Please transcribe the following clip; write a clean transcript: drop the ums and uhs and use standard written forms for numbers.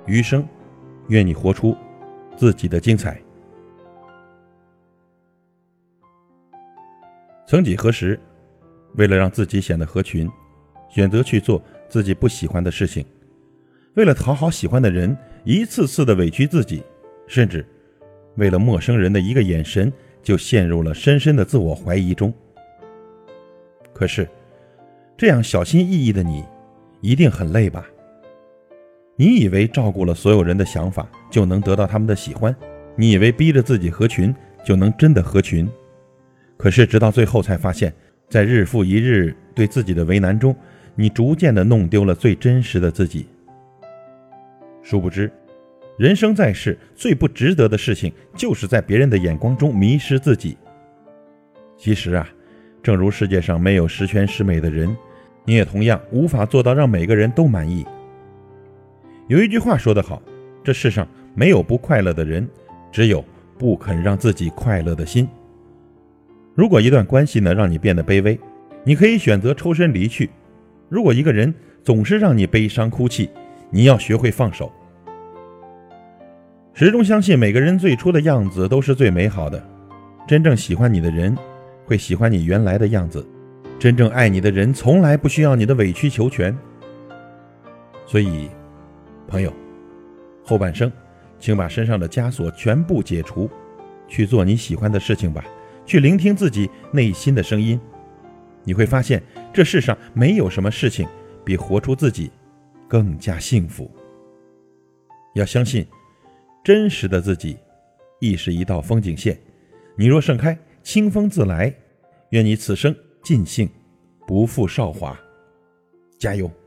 余生，愿你活出自己的精彩。曾几何时，为了让自己显得合群，选择去做自己不喜欢的事情，为了讨好喜欢的人，一次次的委屈自己，甚至为了陌生人的一个眼神，就陷入了深深的自我怀疑中。可是，这样小心翼翼的你，一定很累吧？你以为照顾了所有人的想法，就能得到他们的喜欢，你以为逼着自己合群，就能真的合群。可是直到最后才发现，在日复一日对自己的为难中，你逐渐的弄丢了最真实的自己。殊不知，人生在世，最不值得的事情，就是在别人的眼光中迷失自己。其实啊，正如世界上没有十全十美的人，你也同样无法做到让每个人都满意。有一句话说得好，这世上没有不快乐的人，只有不肯让自己快乐的心。如果一段关系呢让你变得卑微，你可以选择抽身离去；如果一个人总是让你悲伤哭泣，你要学会放手。始终相信每个人最初的样子都是最美好的，真正喜欢你的人会喜欢你原来的样子，真正爱你的人从来不需要你的委曲求全。所以朋友，后半生请把身上的枷锁全部解除，去做你喜欢的事情吧，去聆听自己内心的声音。你会发现，这世上没有什么事情比活出自己更加幸福。要相信，真实的自己亦是一道风景线，你若盛开，清风自来。愿你此生尽兴，不负韶华。加油！